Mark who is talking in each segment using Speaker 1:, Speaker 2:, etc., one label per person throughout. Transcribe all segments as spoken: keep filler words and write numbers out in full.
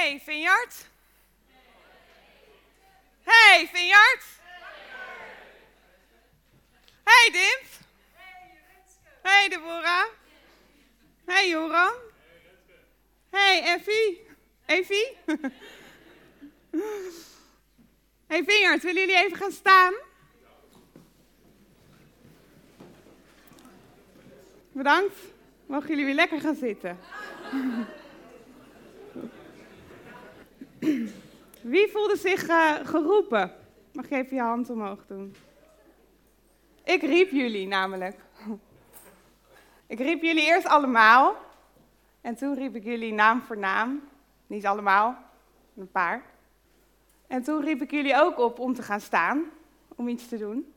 Speaker 1: Hey, Vineyard. Hey, Vineyard. Hey, Dimp. Hey, Deborah. Hey, Joran. Hey, Effie. Effie. Hey, Vineyard, willen jullie even gaan staan? Bedankt. Mogen jullie weer lekker gaan zitten. Wie voelde zich uh, geroepen? Mag je even je hand omhoog doen? Ik riep jullie namelijk. Ik riep jullie eerst allemaal. En toen riep ik jullie naam voor naam. Niet allemaal, een paar. En toen riep ik jullie ook op om te gaan staan. Om iets te doen.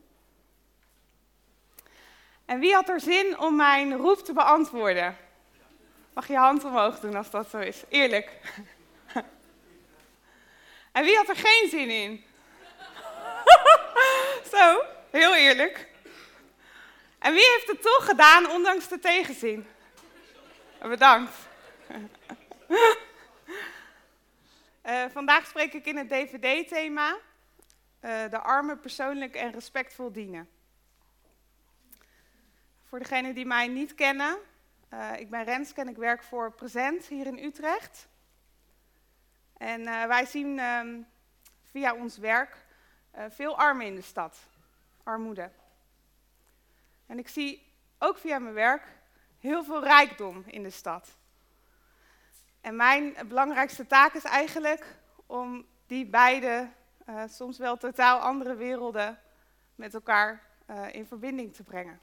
Speaker 1: En wie had er zin om mijn roep te beantwoorden? Mag je je hand omhoog doen als dat zo is? Eerlijk. En wie had er geen zin in? Zo, heel eerlijk. En wie heeft het toch gedaan, ondanks de tegenzin? Bedankt. uh, vandaag spreek ik in het D V D-thema. Uh, de armen persoonlijk en respectvol dienen. Voor degenen die mij niet kennen, uh, ik ben Renske en ik werk voor Present hier in Utrecht. En uh, wij zien uh, via ons werk uh, veel armen in de stad, armoede. En ik zie ook via mijn werk heel veel rijkdom in de stad. En mijn belangrijkste taak is eigenlijk om die beide, uh, soms wel totaal andere werelden, met elkaar uh, in verbinding te brengen.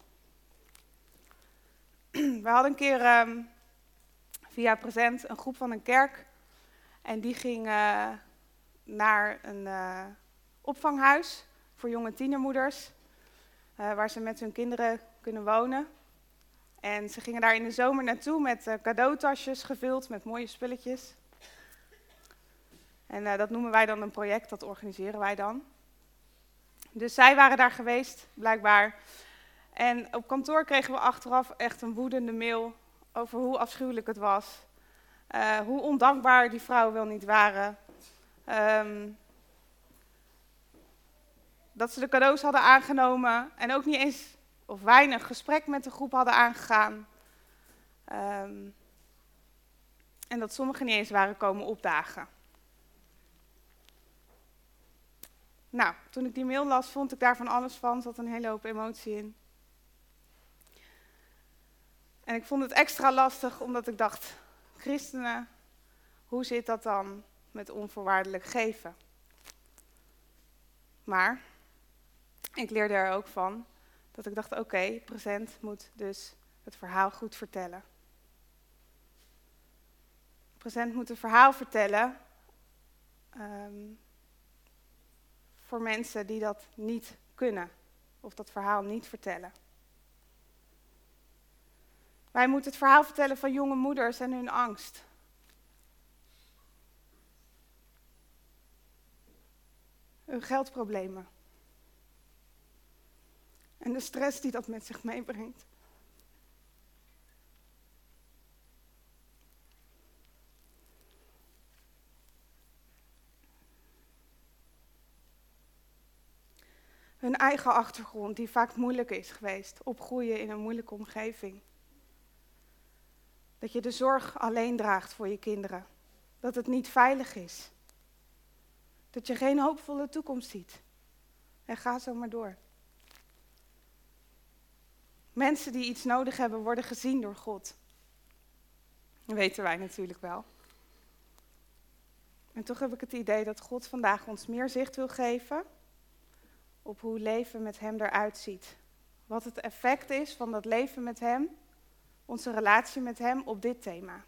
Speaker 1: We hadden een keer um, via Present een groep van een kerk. En die ging uh, naar een uh, opvanghuis voor jonge tienermoeders. Uh, waar ze met hun kinderen kunnen wonen. En ze gingen daar in de zomer naartoe met uh, cadeautasjes gevuld met mooie spulletjes. En uh, dat noemen wij dan een project, dat organiseren wij dan. Dus zij waren daar geweest, blijkbaar. En op kantoor kregen we achteraf echt een woedende mail over hoe afschuwelijk het was. Uh, hoe ondankbaar die vrouwen wel niet waren. Um, dat ze de cadeaus hadden aangenomen en ook niet eens of weinig gesprek met de groep hadden aangegaan. Um, en dat sommigen niet eens waren komen opdagen. Nou, toen ik die mail las, vond ik daar van alles van. Er zat een hele hoop emotie in. En ik vond het extra lastig omdat ik dacht, christenen, hoe zit dat dan met onvoorwaardelijk geven? Maar ik leerde er ook van dat ik dacht, oké, okay, Present moet dus het verhaal goed vertellen. Present moet het verhaal vertellen um, voor mensen die dat niet kunnen of dat verhaal niet vertellen. Wij moeten het verhaal vertellen van jonge moeders en hun angst. Hun geldproblemen. En de stress die dat met zich meebrengt. Hun eigen achtergrond, die vaak moeilijk is geweest. Opgroeien in een moeilijke omgeving. Dat je de zorg alleen draagt voor je kinderen. Dat het niet veilig is. Dat je geen hoopvolle toekomst ziet. En ga zo maar door. Mensen die iets nodig hebben, worden gezien door God. Dat weten wij natuurlijk wel. En toch heb ik het idee dat God vandaag ons meer zicht wil geven op hoe leven met hem eruit ziet. Wat het effect is van dat leven met hem, onze relatie met hem op dit thema.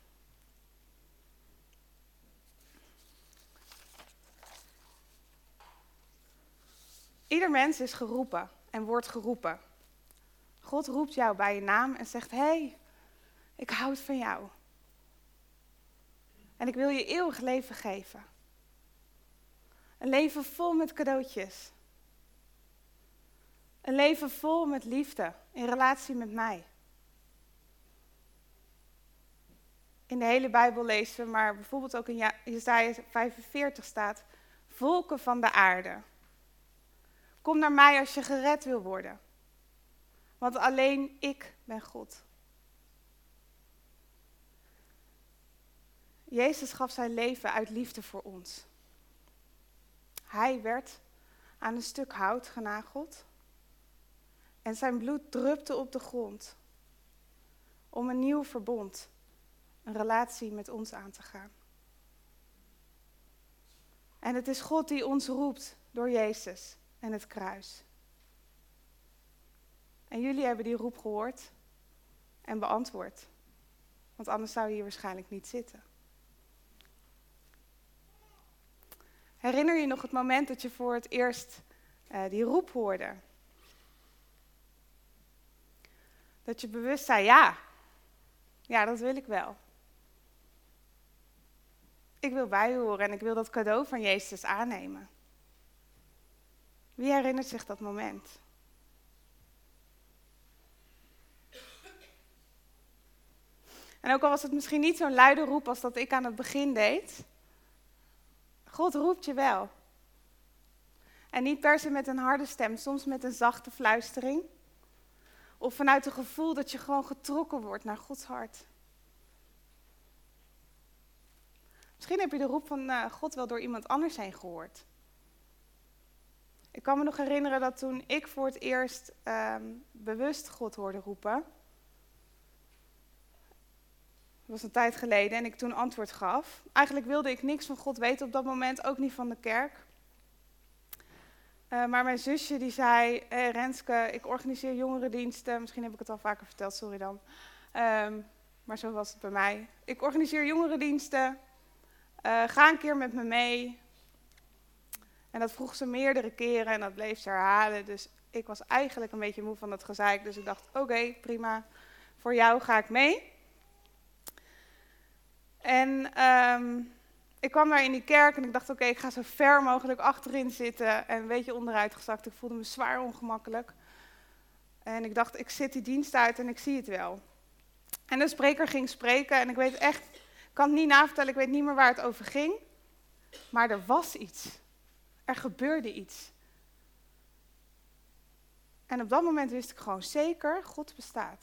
Speaker 1: Ieder mens is geroepen en wordt geroepen. God roept jou bij je naam en zegt, hé, hey, ik houd van jou. En ik wil je eeuwig leven geven. Een leven vol met cadeautjes. Een leven vol met liefde in relatie met mij. in de hele Bijbel lezen we, maar bijvoorbeeld ook in Jesaja vijfenveertig staat, volken van de aarde. Kom naar mij als je gered wil worden. Want alleen ik ben God. Jezus gaf zijn leven uit liefde voor ons. Hij werd aan een stuk hout genageld. En zijn bloed drupte op de grond. Om een nieuw verbond, een relatie met ons aan te gaan. En het is God die ons roept door Jezus en het kruis. En jullie hebben die roep gehoord en beantwoord. Want anders zou je hier waarschijnlijk niet zitten. Herinner je nog het moment dat je voor het eerst uh, die roep hoorde? Dat je bewust zei, ja, ja, dat wil ik wel. Ik wil bijhoren en ik wil dat cadeau van Jezus aannemen. Wie herinnert zich dat moment? En ook al was het misschien niet zo'n luide roep als dat ik aan het begin deed, God roept je wel. En niet per se met een harde stem, soms met een zachte fluistering. Of vanuit een gevoel dat je gewoon getrokken wordt naar Gods hart. Misschien heb je de roep van uh, God wel door iemand anders heen gehoord. Ik kan me nog herinneren dat toen ik voor het eerst uh, bewust God hoorde roepen. Dat was een tijd geleden en ik toen antwoord gaf. Eigenlijk wilde ik niks van God weten op dat moment, ook niet van de kerk. Uh, maar mijn zusje die zei, hey Renske, ik organiseer jongerendiensten. Misschien heb ik het al vaker verteld, sorry dan. Um, maar zo was het bij mij. Ik organiseer jongerendiensten. Uh, ga een keer met me mee. En dat vroeg ze meerdere keren en dat bleef ze herhalen. Dus ik was eigenlijk een beetje moe van dat gezeik. Dus ik dacht, oké, okay, prima. Voor jou ga ik mee. En um, ik kwam daar in die kerk en ik dacht, oké, okay, ik ga zo ver mogelijk achterin zitten. En een beetje onderuit gezakt. Ik voelde me zwaar ongemakkelijk. En ik dacht, ik zit die dienst uit en ik zie het wel. En de spreker ging spreken en ik weet echt, ik kan het niet navertellen, ik weet niet meer waar het over ging. Maar er was iets. Er gebeurde iets. En op dat moment wist ik gewoon zeker, God bestaat.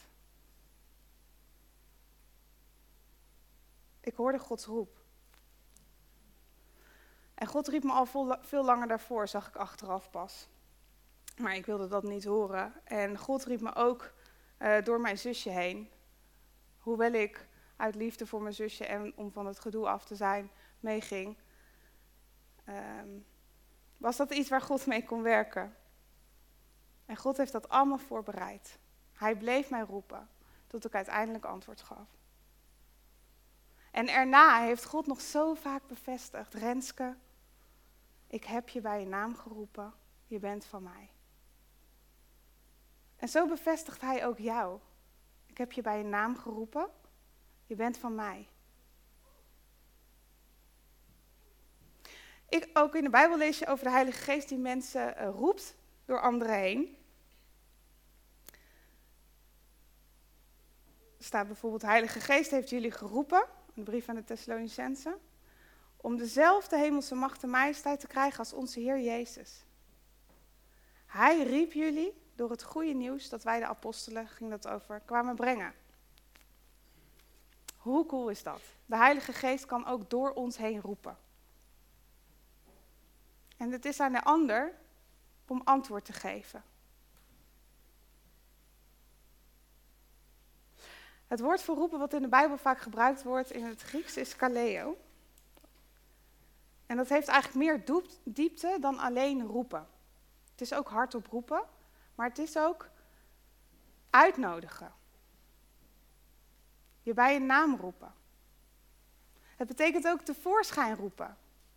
Speaker 1: Ik hoorde Gods roep. En God riep me al vol, veel langer daarvoor, zag ik achteraf pas. Maar ik wilde dat niet horen. En God riep me ook uh, door mijn zusje heen. Hoewel ik uit liefde voor mijn zusje en om van het gedoe af te zijn meeging. Um, was dat iets waar God mee kon werken. En God heeft dat allemaal voorbereid. Hij bleef mij roepen, tot ik uiteindelijk antwoord gaf. En erna heeft God nog zo vaak bevestigd, Renske, ik heb je bij je naam geroepen, je bent van mij. En zo bevestigt hij ook jou. Ik heb je bij je naam geroepen, je bent van mij. Ik, ook in de Bijbel lees je over de Heilige Geest die mensen uh, roept door anderen heen. Er staat bijvoorbeeld, Heilige Geest heeft jullie geroepen, een brief aan de Thessalonicenzen, om dezelfde hemelse macht en majesteit te krijgen als onze Heer Jezus. Hij riep jullie door het goede nieuws dat wij de apostelen, ging dat over, kwamen brengen. Hoe cool is dat? De Heilige Geest kan ook door ons heen roepen. En het is aan de ander om antwoord te geven. Het woord voor roepen wat in de Bijbel vaak gebruikt wordt in het Grieks is kaleo. En dat heeft eigenlijk meer diepte dan alleen roepen. Het is ook hardop roepen, maar het is ook uitnodigen. Je bij je naam roepen. Het betekent ook tevoorschijn roepen.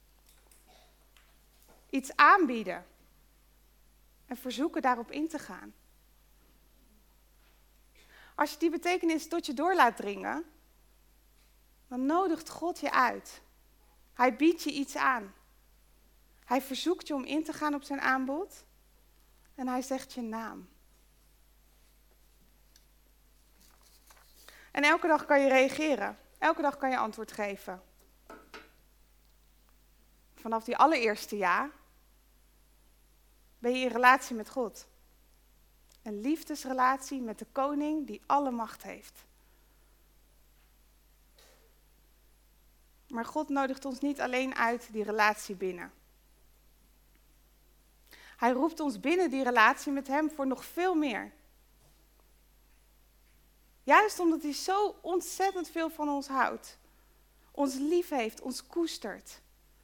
Speaker 1: Iets aanbieden. En verzoeken daarop in te gaan. Als je die betekenis tot je door laat dringen, dan nodigt God je uit. Hij biedt je iets aan. Hij verzoekt je om in te gaan op zijn aanbod. En hij zegt je naam. En elke dag kan je reageren. Elke dag kan je antwoord geven. Vanaf die allereerste ja ben je in relatie met God. Een liefdesrelatie met de koning die alle macht heeft. Maar God nodigt ons niet alleen uit die relatie binnen. Hij roept ons binnen die relatie met hem voor nog veel meer. Juist omdat hij zo ontzettend veel van ons houdt. Ons lief heeft, ons koestert.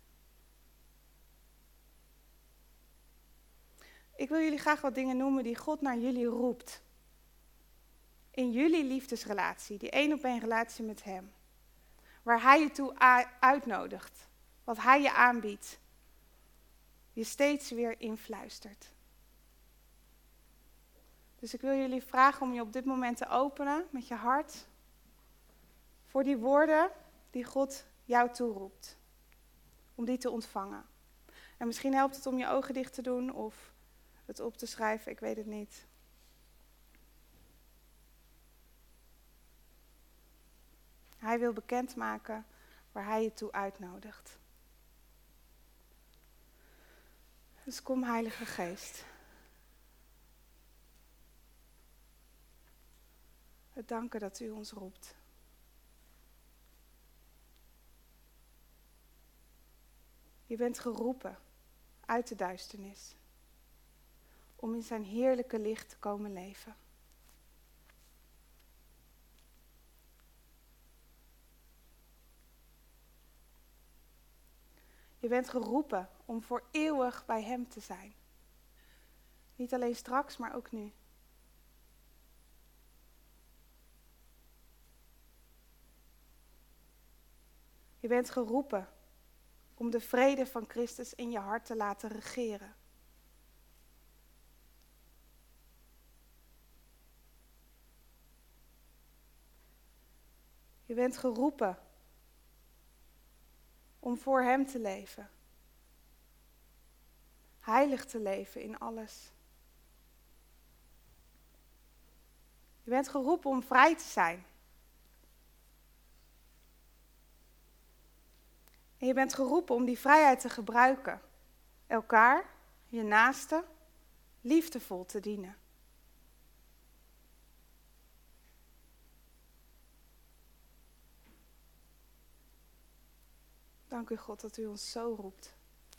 Speaker 1: Ik wil jullie graag wat dingen noemen die God naar jullie roept. In jullie liefdesrelatie, die één op één relatie met hem. Waar hij je toe uitnodigt. Wat hij je aanbiedt. Je steeds weer influistert. Dus ik wil jullie vragen om je op dit moment te openen met je hart. Voor die woorden die God jou toeroept. Om die te ontvangen. En misschien helpt het om je ogen dicht te doen of het op te schrijven, ik weet het niet. Hij wil bekendmaken waar hij je toe uitnodigt. Dus kom, Heilige Geest. Het danken dat u ons roept. Je bent geroepen uit de duisternis. Om in zijn heerlijke licht te komen leven. Je bent geroepen om voor eeuwig bij hem te zijn. Niet alleen straks, maar ook nu. Je bent geroepen om de vrede van Christus in je hart te laten regeren. Je bent geroepen om voor hem te leven. Heilig te leven in alles. Je bent geroepen om vrij te zijn. En je bent geroepen om die vrijheid te gebruiken. Elkaar, je naaste, liefdevol te dienen. Dank u God dat u ons zo roept.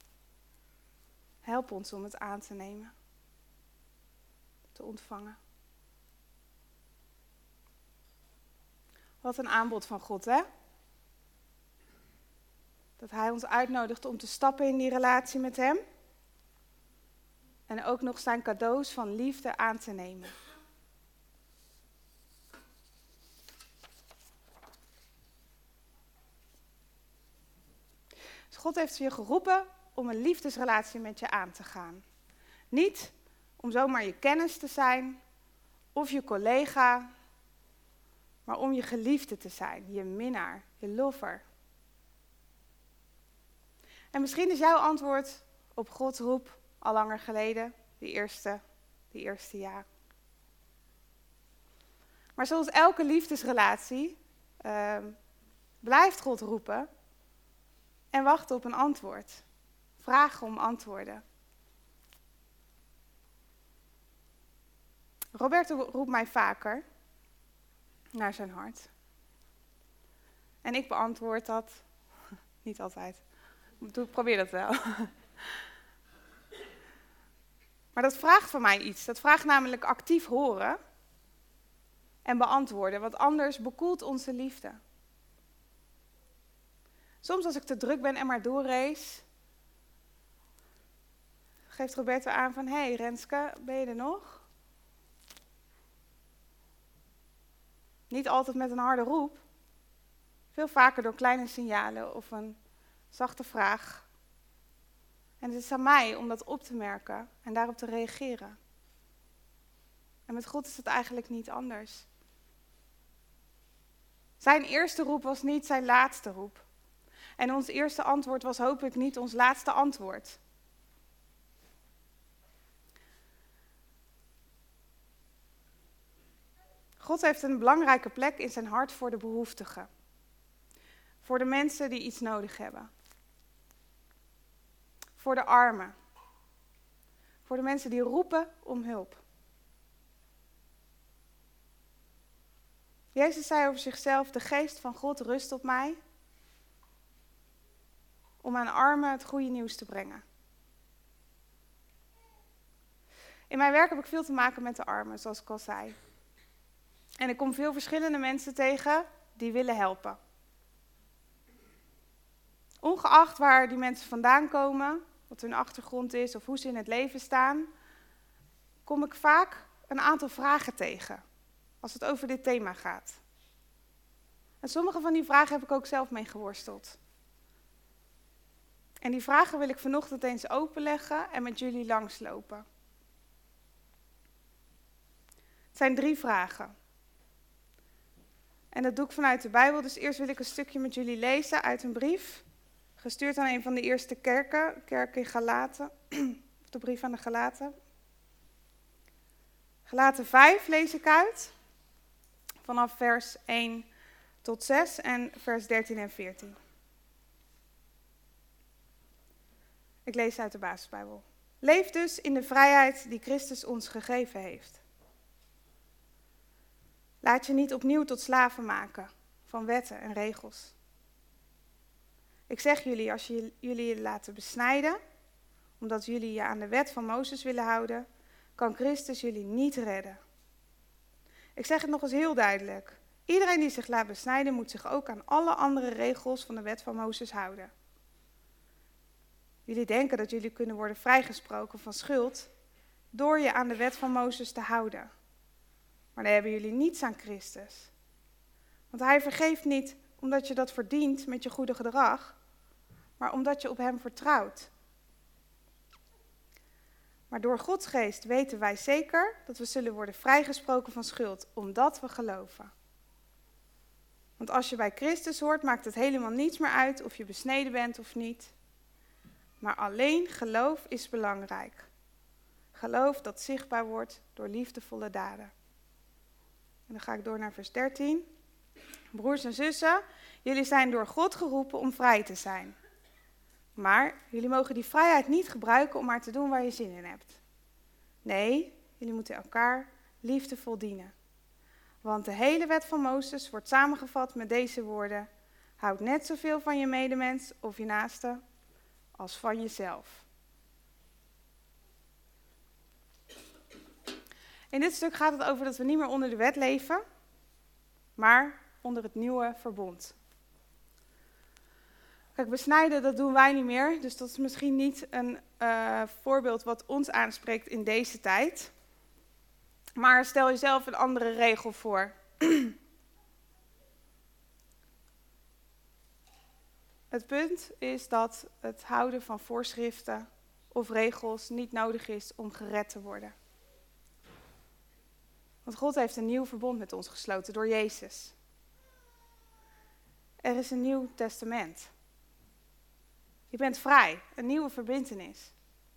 Speaker 1: Help ons om het aan te nemen. Te ontvangen. Wat een aanbod van God, hè? Dat hij ons uitnodigt om te stappen in die relatie met hem. En ook nog zijn cadeaus van liefde aan te nemen. Dus God heeft je geroepen om een liefdesrelatie met je aan te gaan. Niet om zomaar je kennis te zijn of je collega, maar om je geliefde te zijn, je minnaar, je lover. En misschien is jouw antwoord op Gods roep al langer geleden, die eerste, die eerste jaar. Maar zoals elke liefdesrelatie uh, blijft God roepen en wachten op een antwoord. Vragen om antwoorden. Roberto roept mij vaker naar zijn hart. En ik beantwoord dat niet altijd. Ik probeer dat wel. Maar dat vraagt van mij iets. Dat vraagt namelijk actief horen en beantwoorden. Want anders bekoelt onze liefde. Soms als ik te druk ben en maar doorrace, geeft Roberto aan van, hé hey, Renske, ben je er nog? Niet altijd met een harde roep. Veel vaker door kleine signalen of een zachte vraag. En het is aan mij om dat op te merken en daarop te reageren. En met God is het eigenlijk niet anders. Zijn eerste roep was niet zijn laatste roep. En ons eerste antwoord was hopelijk niet ons laatste antwoord. God heeft een belangrijke plek in zijn hart voor de behoeftigen. Voor de mensen die iets nodig hebben. Voor de armen. Voor de mensen die roepen om hulp. Jezus zei over zichzelf, de geest van God rust op mij. Om aan armen het goede nieuws te brengen. In mijn werk heb ik veel te maken met de armen, zoals ik al zei. En ik kom veel verschillende mensen tegen die willen helpen. Ongeacht waar die mensen vandaan komen, wat hun achtergrond is of hoe ze in het leven staan, kom ik vaak een aantal vragen tegen als het over dit thema gaat. En sommige van die vragen heb ik ook zelf mee geworsteld. En die vragen wil ik vanochtend eens openleggen en met jullie langslopen. Het zijn drie vragen. En dat doe ik vanuit de Bijbel, dus eerst wil ik een stukje met jullie lezen uit een brief. Gestuurd aan een van de eerste kerken, kerk in Galaten, of de brief aan de Galaten. Galaten vijf lees ik uit, vanaf vers één tot zes en vers dertien en veertien. Ik lees uit de basisbijbel. Leef dus in de vrijheid die Christus ons gegeven heeft. Laat je niet opnieuw tot slaven maken van wetten en regels. Ik zeg jullie, als je, jullie je laten besnijden, omdat jullie je aan de wet van Mozes willen houden, kan Christus jullie niet redden. Ik zeg het nog eens heel duidelijk. Iedereen die zich laat besnijden, moet zich ook aan alle andere regels van de wet van Mozes houden. Jullie denken dat jullie kunnen worden vrijgesproken van schuld door je aan de wet van Mozes te houden. Maar dan hebben jullie niets aan Christus. Want hij vergeeft niet omdat je dat verdient met je goede gedrag, maar omdat je op hem vertrouwt. Maar door Gods geest weten wij zeker dat we zullen worden vrijgesproken van schuld, omdat we geloven. Want als je bij Christus hoort, maakt het helemaal niets meer uit of je besneden bent of niet. Maar alleen geloof is belangrijk. Geloof dat zichtbaar wordt door liefdevolle daden. En dan ga ik door naar vers dertien. Broers en zussen, jullie zijn door God geroepen om vrij te zijn. Maar jullie mogen die vrijheid niet gebruiken om maar te doen waar je zin in hebt. Nee, jullie moeten elkaar liefdevol dienen. Want de hele wet van Mozes wordt samengevat met deze woorden. Houd net zoveel van je medemens of je naaste als van jezelf. In dit stuk gaat het over dat we niet meer onder de wet leven, maar onder het nieuwe verbond. Kijk, besnijden, dat doen wij niet meer, dus dat is misschien niet een uh, voorbeeld wat ons aanspreekt in deze tijd. Maar stel jezelf een andere regel voor. Het punt is dat het houden van voorschriften of regels niet nodig is om gered te worden. Want God heeft een nieuw verbond met ons gesloten door Jezus. Er is een nieuw testament. Je bent vrij, een nieuwe verbintenis.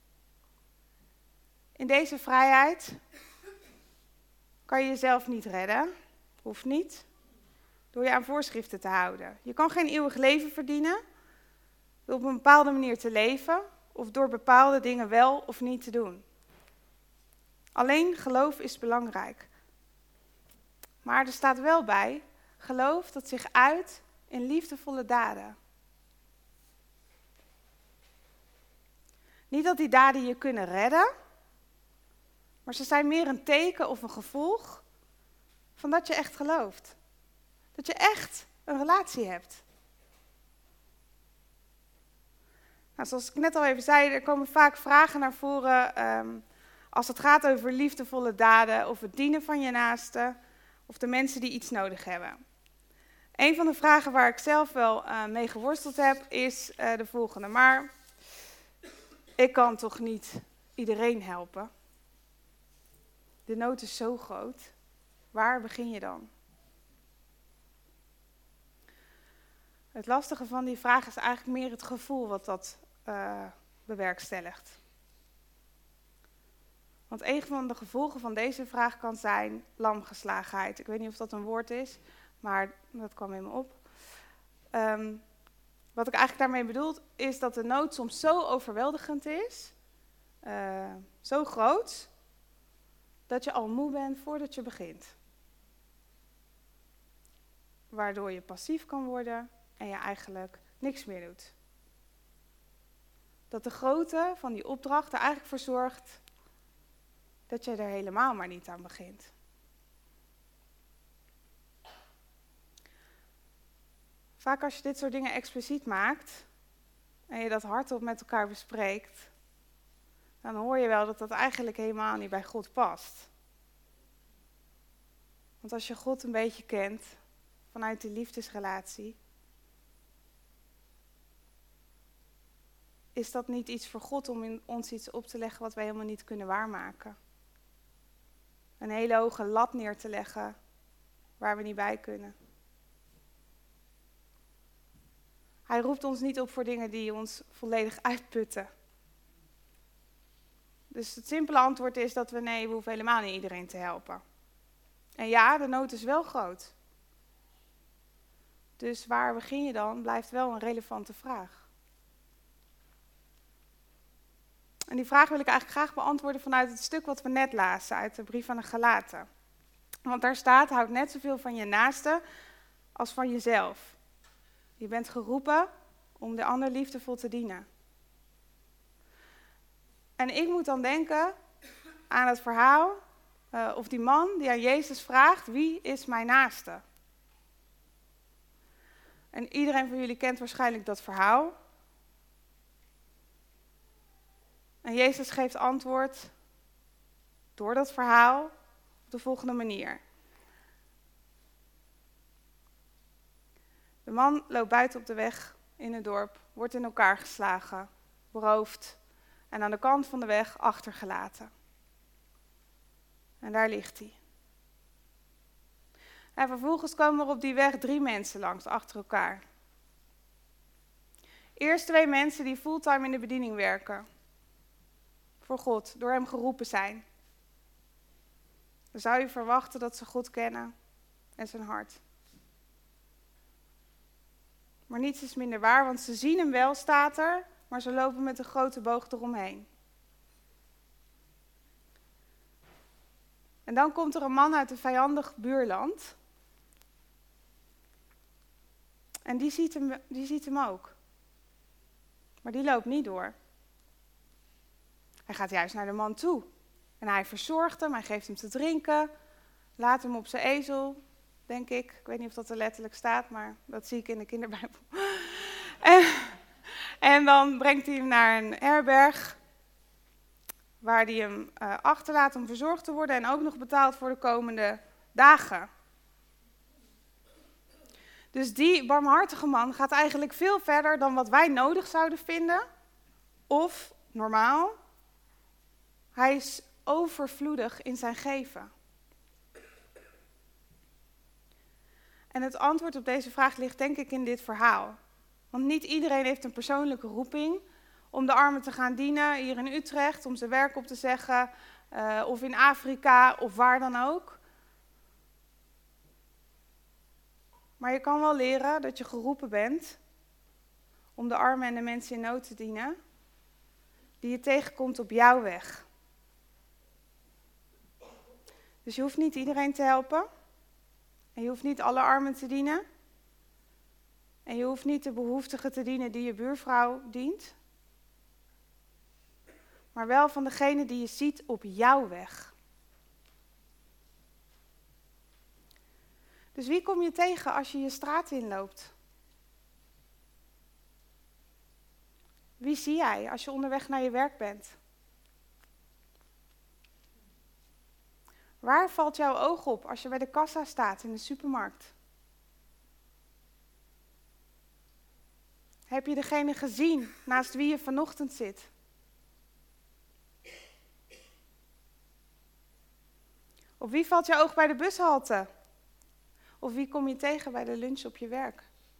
Speaker 1: In deze vrijheid kan je jezelf niet redden, hoeft niet, door je aan voorschriften te houden. Je kan geen eeuwig leven verdienen door op een bepaalde manier te leven of door bepaalde dingen wel of niet te doen. Alleen geloof is belangrijk. Maar er staat wel bij, geloof dat zich uit in liefdevolle daden. Niet dat die daden je kunnen redden, maar ze zijn meer een teken of een gevolg van dat je echt gelooft. Dat je echt een relatie hebt. Nou, zoals ik net al even zei, er komen vaak vragen naar voren um, als het gaat over liefdevolle daden of het dienen van je naaste of de mensen die iets nodig hebben. Een van de vragen waar ik zelf wel uh, mee geworsteld heb is uh, de volgende. Maar ik kan toch niet iedereen helpen? De nood is zo groot. Waar begin je dan? Het lastige van die vraag is eigenlijk meer het gevoel wat dat uh, bewerkstelligt. Want een van de gevolgen van deze vraag kan zijn lamgeslagenheid. Ik weet niet of dat een woord is, maar dat kwam in me op. um, wat ik eigenlijk daarmee bedoel, is dat de nood soms zo overweldigend is, uh, zo groot, dat je al moe bent voordat je begint. Waardoor je passief kan worden en je eigenlijk niks meer doet. Dat de grootte van die opdracht er eigenlijk voor zorgt dat je er helemaal maar niet aan begint. Vaak als je dit soort dingen expliciet maakt en je dat hardop met elkaar bespreekt, dan hoor je wel dat dat eigenlijk helemaal niet bij God past. Want als je God een beetje kent, vanuit die liefdesrelatie, is dat niet iets voor God om in ons iets op te leggen wat wij helemaal niet kunnen waarmaken. Een hele hoge lat neer te leggen waar we niet bij kunnen. Hij roept ons niet op voor dingen die ons volledig uitputten. Dus het simpele antwoord is dat we nee, we hoeven helemaal niet iedereen te helpen. En ja, de nood is wel groot. Dus waar begin je dan, blijft wel een relevante vraag. En die vraag wil ik eigenlijk graag beantwoorden vanuit het stuk wat we net lazen uit de brief aan de Galaten. Want daar staat, houd net zoveel van je naaste als van jezelf. Je bent geroepen om de ander liefdevol te dienen. En ik moet dan denken aan het verhaal, uh, of die man die aan Jezus vraagt, wie is mijn naaste? En iedereen van jullie kent waarschijnlijk dat verhaal. En Jezus geeft antwoord door dat verhaal op de volgende manier. De man loopt buiten op de weg in het dorp, wordt in elkaar geslagen, beroofd en aan de kant van de weg achtergelaten. En daar ligt hij. En vervolgens komen er op die weg drie mensen langs, achter elkaar. Eerst twee mensen die fulltime in de bediening werken. Voor God, door hem geroepen zijn. Dan zou je verwachten dat ze God kennen en zijn hart. Maar niets is minder waar, want ze zien hem wel, staat er, maar ze lopen met een grote boog eromheen. En dan komt er een man uit een vijandig buurland. En die ziet hem, die ziet hem ook. Maar die loopt niet door. Hij gaat juist naar de man toe. En hij verzorgt hem, hij geeft hem te drinken, laat hem op zijn ezel, denk ik. Ik weet niet of dat er letterlijk staat, maar dat zie ik in de kinderbijbel. En, en dan brengt hij hem naar een herberg, waar hij hem uh, achterlaat om verzorgd te worden en ook nog betaald voor de komende dagen. Dus die barmhartige man gaat eigenlijk veel verder dan wat wij nodig zouden vinden, of normaal. Hij is overvloedig in zijn geven. En het antwoord op deze vraag ligt denk ik in dit verhaal. Want niet iedereen heeft een persoonlijke roeping om de armen te gaan dienen hier in Utrecht, om zijn werk op te zeggen, uh, of in Afrika of waar dan ook. Maar je kan wel leren dat je geroepen bent om de armen en de mensen in nood te dienen, die je tegenkomt op jouw weg. Dus je hoeft niet iedereen te helpen. En je hoeft niet alle armen te dienen. En je hoeft niet de behoeftigen te dienen die je buurvrouw dient. Maar wel van degene die je ziet op jouw weg. Dus wie kom je tegen als je je straat inloopt? Wie zie jij als je onderweg naar je werk bent? Waar valt jouw oog op als je bij de kassa staat in de supermarkt? Heb je degene gezien naast wie je vanochtend zit? Op wie valt je oog bij de bushalte? Of wie kom je tegen bij de lunch op je werk?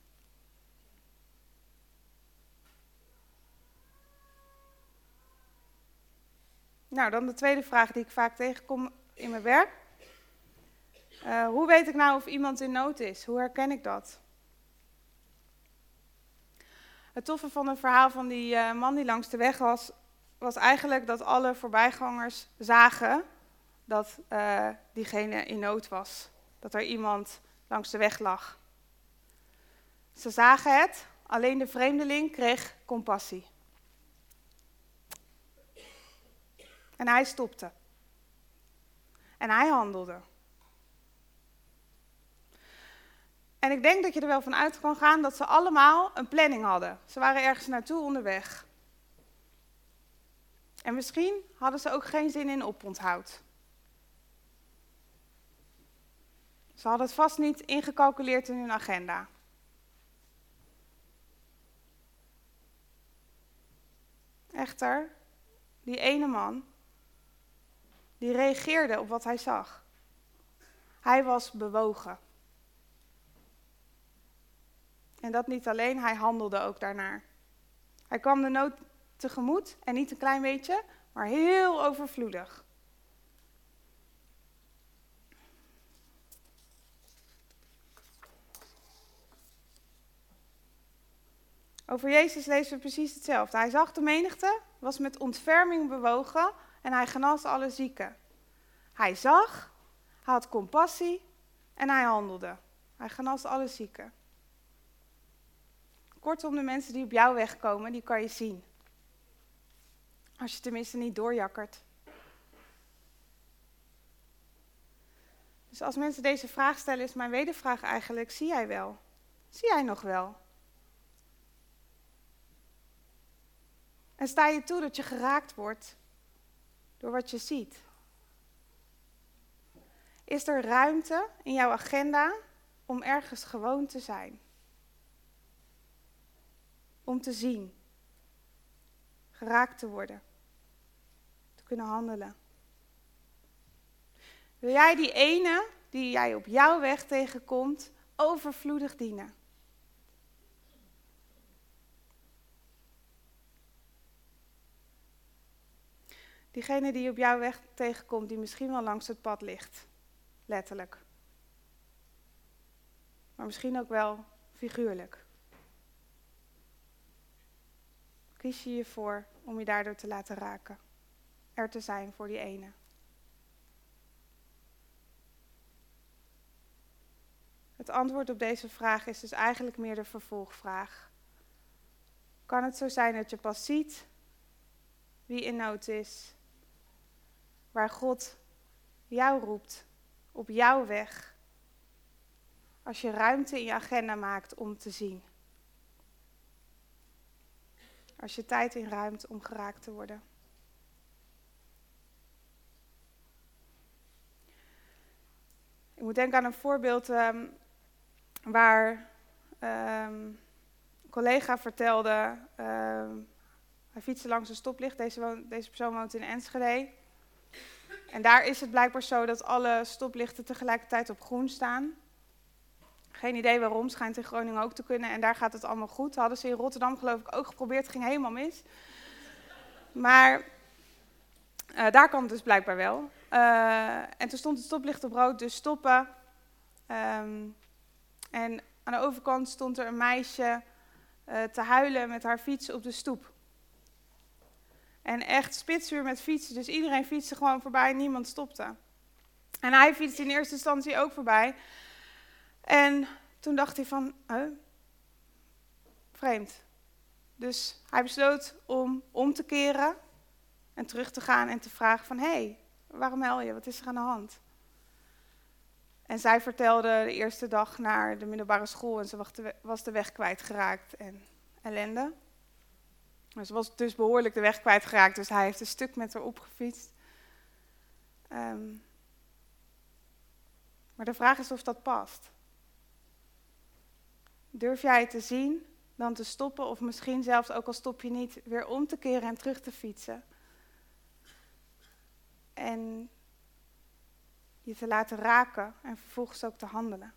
Speaker 1: Nou, dan de tweede vraag die ik vaak tegenkom in mijn werk. Uh, hoe weet ik nou of iemand in nood is? Hoe herken ik dat? Het toffe van het verhaal van die uh, man die langs de weg was, was eigenlijk dat alle voorbijgangers zagen dat uh, diegene in nood was. Dat er iemand langs de weg lag. Ze zagen het, alleen de vreemdeling kreeg compassie. En hij stopte. En hij handelde. En ik denk dat je er wel van uit kan gaan dat ze allemaal een planning hadden. Ze waren ergens naartoe onderweg. En misschien hadden ze ook geen zin in oponthoud. Ze hadden het vast niet ingecalculeerd in hun agenda. Echter, die ene man, die reageerde op wat hij zag. Hij was bewogen. En dat niet alleen, hij handelde ook daarnaar. Hij kwam de nood tegemoet en niet een klein beetje, maar heel overvloedig. Over Jezus lezen we precies hetzelfde. Hij zag de menigte, was met ontferming bewogen en hij genas alle zieken. Hij zag, hij had compassie en hij handelde. Hij genas alle zieken. Kortom, de mensen die op jouw weg komen, die kan je zien. Als je tenminste niet doorjakkert. Dus als mensen deze vraag stellen, is mijn wedervraag eigenlijk, zie jij wel? Zie jij nog wel? En sta je toe dat je geraakt wordt door wat je ziet? Is er ruimte in jouw agenda om ergens gewoon te zijn? Om te zien, geraakt te worden, te kunnen handelen. Wil jij die ene die jij op jouw weg tegenkomt, overvloedig dienen? Diegene die op jouw weg tegenkomt, die misschien wel langs het pad ligt, letterlijk. Maar misschien ook wel figuurlijk. Kies je je voor om je daardoor te laten raken. Er te zijn voor die ene. Het antwoord op deze vraag is dus eigenlijk meer de vervolgvraag. Kan het zo zijn dat je pas ziet wie in nood is, waar God jou roept, op jouw weg, als je ruimte in je agenda maakt om te zien? Als je tijd inruimt om geraakt te worden. Ik moet denken aan een voorbeeld um, waar um, een collega vertelde, um, hij fietste langs een stoplicht, deze, woont, deze persoon woont in Enschede. En daar is het blijkbaar zo dat alle stoplichten tegelijkertijd op groen staan. Geen idee waarom, schijnt in Groningen ook te kunnen en daar gaat het allemaal goed. Hadden ze in Rotterdam geloof ik ook geprobeerd, ging helemaal mis. Maar uh, daar kan het dus blijkbaar wel. Uh, en toen stond het stoplicht op rood, dus stoppen. Um, en aan de overkant stond er een meisje uh, te huilen met haar fiets op de stoep. En echt spitsuur met fietsen, dus iedereen fietste gewoon voorbij en niemand stopte. En hij fietste in eerste instantie ook voorbij. En toen dacht hij van, huh? Vreemd. Dus hij besloot om om te keren en terug te gaan en te vragen van, hé, hey, waarom huil je? Wat is er aan de hand? En zij vertelde de eerste dag naar de middelbare school en ze was de weg kwijtgeraakt en ellende. Ze was dus behoorlijk de weg kwijtgeraakt, dus hij heeft een stuk met haar opgefietst. Um, maar de vraag is of dat past. Durf jij het te zien, dan te stoppen of misschien zelfs, ook al stop je niet, weer om te keren en terug te fietsen? En je te laten raken en vervolgens ook te handelen.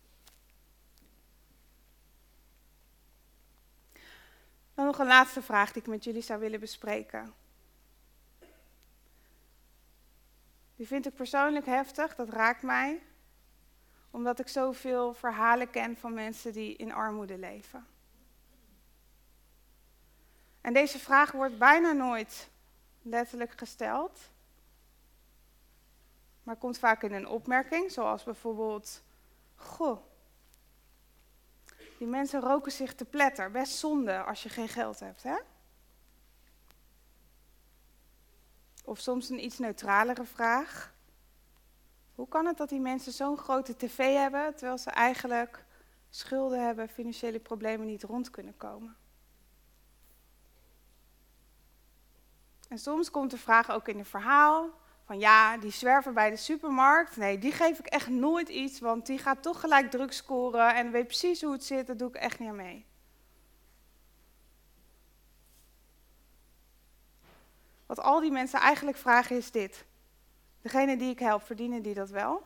Speaker 1: Dan nog een laatste vraag die ik met jullie zou willen bespreken. Die vind ik persoonlijk heftig, dat raakt mij. Omdat ik zoveel verhalen ken van mensen die in armoede leven. En deze vraag wordt bijna nooit letterlijk gesteld, maar komt vaak in een opmerking, zoals bijvoorbeeld, goh, die mensen roken zich te pletter, best zonde als je geen geld hebt, hè? Of soms een iets neutralere vraag. Hoe kan het dat die mensen zo'n grote tv hebben, terwijl ze eigenlijk schulden hebben, financiële problemen niet rond kunnen komen? En soms komt de vraag ook in een verhaal van ja, die zwerver bij de supermarkt, nee, die geef ik echt nooit iets, want die gaat toch gelijk drugs scoren en weet precies hoe het zit, daar doe ik echt niet aan mee. Wat al die mensen eigenlijk vragen is dit. Degene die ik help, verdienen die dat wel?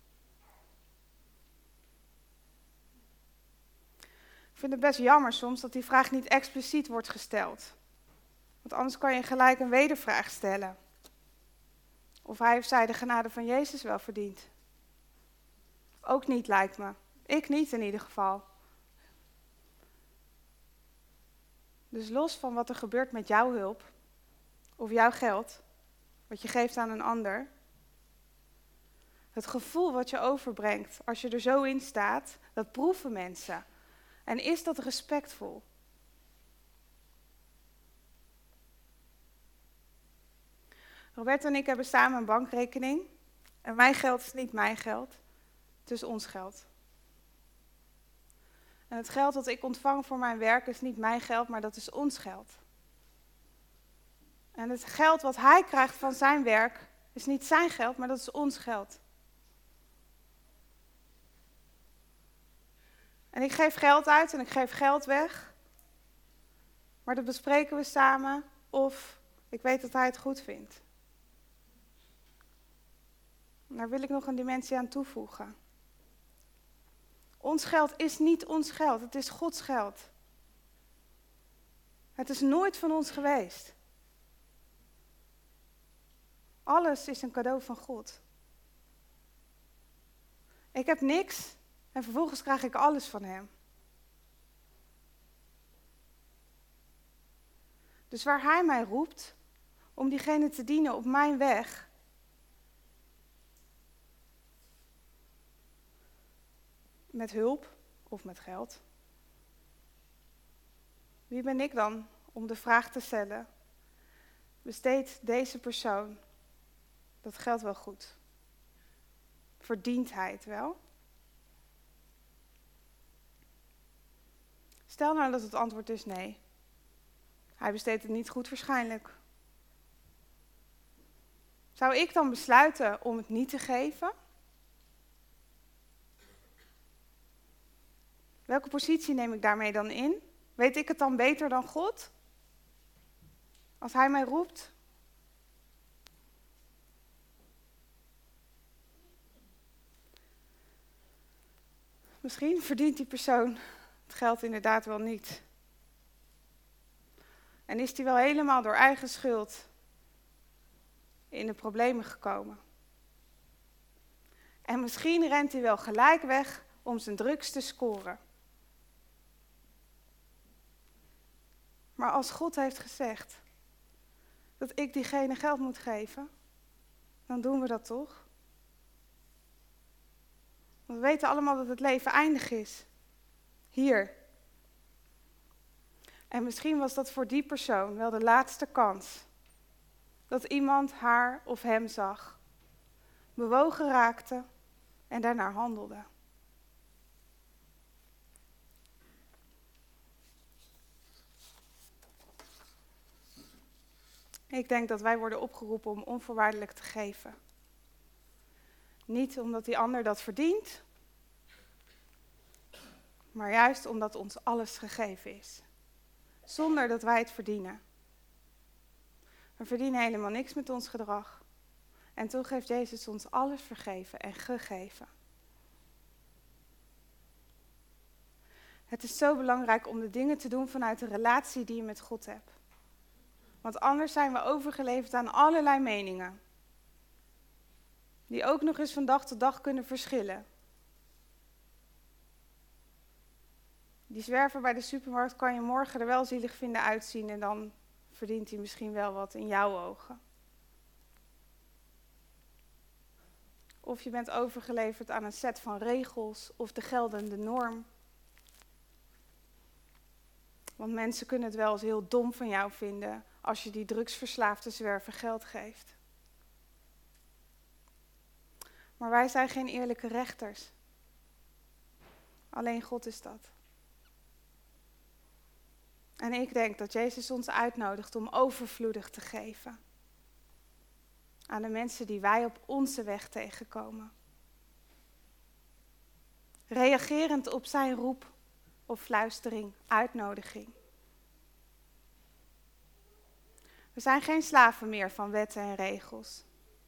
Speaker 1: Ik vind het best jammer soms dat die vraag niet expliciet wordt gesteld. Want anders kan je gelijk een wedervraag stellen. Of hij of zij de genade van Jezus wel verdient. Ook niet, lijkt me. Ik niet in ieder geval. Dus los van wat er gebeurt met jouw hulp, of jouw geld, wat je geeft aan een ander, het gevoel wat je overbrengt als je er zo in staat, dat proeven mensen. En is dat respectvol? Roberto en ik hebben samen een bankrekening. En mijn geld is niet mijn geld, het is ons geld. En het geld dat ik ontvang voor mijn werk is niet mijn geld, maar dat is ons geld. En het geld wat hij krijgt van zijn werk is niet zijn geld, maar dat is ons geld. En ik geef geld uit en ik geef geld weg. Maar dat bespreken we samen of ik weet dat hij het goed vindt. En daar wil ik nog een dimensie aan toevoegen. Ons geld is niet ons geld, het is Gods geld. Het is nooit van ons geweest. Alles is een cadeau van God. Ik heb niks en vervolgens krijg ik alles van Hem. Dus waar Hij mij roept om diegene te dienen op mijn weg, met hulp of met geld, wie ben ik dan om de vraag te stellen, besteedt deze persoon dat geld wel goed? Verdient hij het wel? Stel nou dat het antwoord is nee. Hij besteedt het niet goed waarschijnlijk. Zou ik dan besluiten om het niet te geven? Welke positie neem ik daarmee dan in? Weet ik het dan beter dan God? Als Hij mij roept? Misschien verdient die persoon het geld inderdaad wel niet. En is die wel helemaal door eigen schuld in de problemen gekomen. En misschien rent hij wel gelijk weg om zijn drugs te scoren. Maar als God heeft gezegd dat ik diegene geld moet geven, dan doen we dat toch? Want we weten allemaal dat het leven eindig is. Hier. En misschien was dat voor die persoon wel de laatste kans. Dat iemand haar of hem zag, bewogen raakte en daarnaar handelde. Ik denk dat wij worden opgeroepen om onvoorwaardelijk te geven. Niet omdat die ander dat verdient, maar juist omdat ons alles gegeven is. Zonder dat wij het verdienen. We verdienen helemaal niks met ons gedrag. En toch heeft Jezus ons alles vergeven en gegeven. Het is zo belangrijk om de dingen te doen vanuit de relatie die je met God hebt. Want anders zijn we overgeleverd aan allerlei meningen. Die ook nog eens van dag tot dag kunnen verschillen. Die zwerver bij de supermarkt kan je morgen er wel zielig vinden uitzien en dan verdient hij misschien wel wat in jouw ogen. Of je bent overgeleverd aan een set van regels of de geldende norm. Want mensen kunnen het wel eens heel dom van jou vinden als je die drugsverslaafde zwerver geld geeft. Maar wij zijn geen eerlijke rechters. Alleen God is dat. En ik denk dat Jezus ons uitnodigt om overvloedig te geven. Aan de mensen die wij op onze weg tegenkomen. Reagerend op zijn roep of fluistering, uitnodiging. We zijn geen slaven meer van wetten en regels.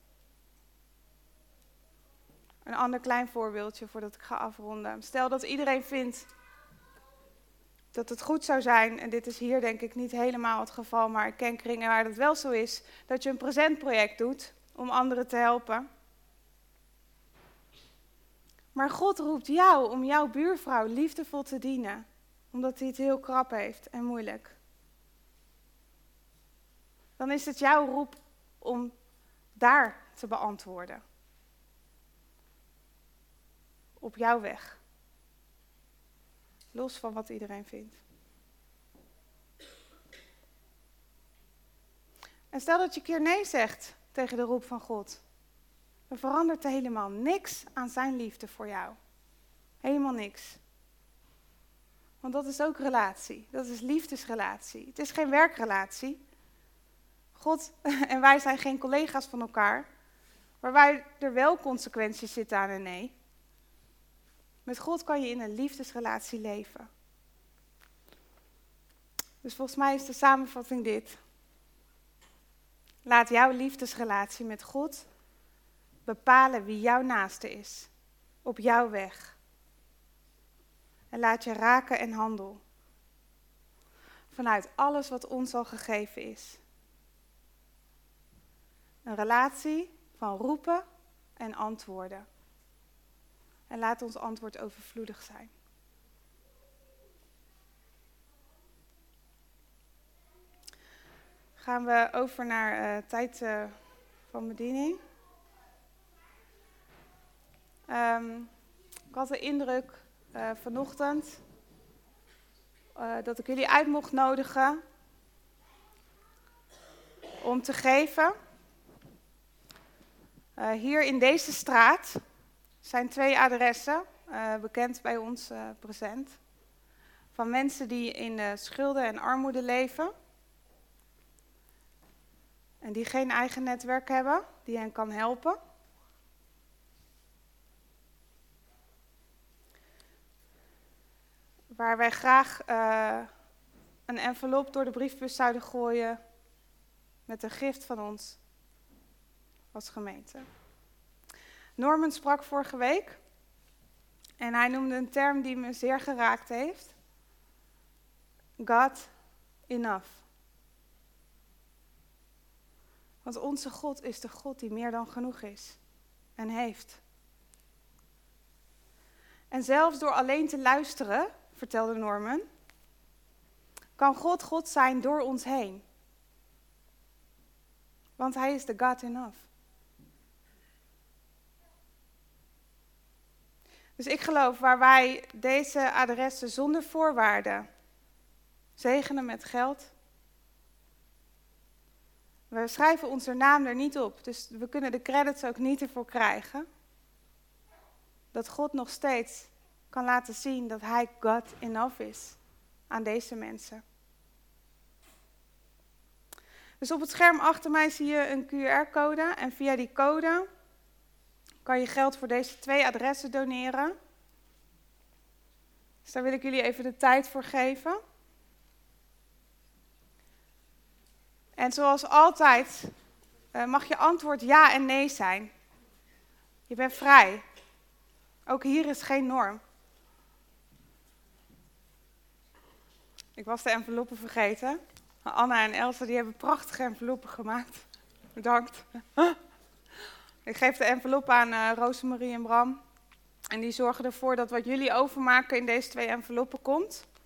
Speaker 1: Een ander klein voorbeeldje voordat ik ga afronden. Stel dat iedereen vindt dat het goed zou zijn, en dit is hier denk ik niet helemaal het geval, maar ik ken kringen waar dat wel zo is, dat je een presentproject doet om anderen te helpen. Maar God roept jou om jouw buurvrouw liefdevol te dienen, omdat hij het heel krap heeft en moeilijk. Dan is het jouw roep om daar te beantwoorden. Op jouw weg. Los van wat iedereen vindt. En stel dat je een keer nee zegt tegen de roep van God. Dan verandert er helemaal niks aan zijn liefde voor jou. Helemaal niks. Want dat is ook relatie. Dat is liefdesrelatie. Het is geen werkrelatie. God en wij zijn geen collega's van elkaar. Waarbij er wel consequenties zitten aan een nee. Met God kan je in een liefdesrelatie leven. Dus volgens mij is de samenvatting dit. Laat jouw liefdesrelatie met God bepalen wie jouw naaste is. Op jouw weg. En laat je raken en handel. Vanuit alles wat ons al gegeven is. Een relatie van roepen en antwoorden. En laat ons antwoord overvloedig zijn. Gaan we over naar uh, tijd uh, van bediening. Um, ik had de indruk uh, vanochtend uh, dat ik jullie uit mocht nodigen om te geven. Uh, hier in deze straat zijn twee adressen, uh, bekend bij ons uh, present, van mensen die in uh, schulden en armoede leven. En die geen eigen netwerk hebben, die hen kan helpen. Waar wij graag uh, een envelop door de briefbus zouden gooien met een gift van ons als gemeente. Norman sprak vorige week en hij noemde een term die me zeer geraakt heeft. God enough. Want onze God is de God die meer dan genoeg is en heeft. En zelfs door alleen te luisteren, vertelde Norman, kan God God zijn door ons heen. Want hij is de God enough. Dus ik geloof waar wij deze adressen zonder voorwaarden zegenen met geld. We schrijven onze naam er niet op, dus we kunnen de credits ook niet ervoor krijgen. Dat God nog steeds kan laten zien dat hij God enough is aan deze mensen. Dus op het scherm achter mij zie je een Q R-code en via die code kan je geld voor deze twee adressen doneren. Dus daar wil ik jullie even de tijd voor geven. En zoals altijd uh, mag je antwoord ja en nee zijn. Je bent vrij. Ook hier is geen norm. Ik was de enveloppen vergeten. Anna en Elsa die hebben prachtige enveloppen gemaakt. Bedankt. Ik geef de envelop aan uh, Rosemarie en Bram. En die zorgen ervoor dat wat jullie overmaken in deze twee enveloppen komt.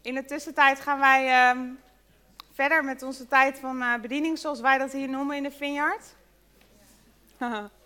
Speaker 1: in de tussentijd gaan wij um, verder met onze tijd van uh, bediening, zoals wij dat hier noemen in de Vineyard.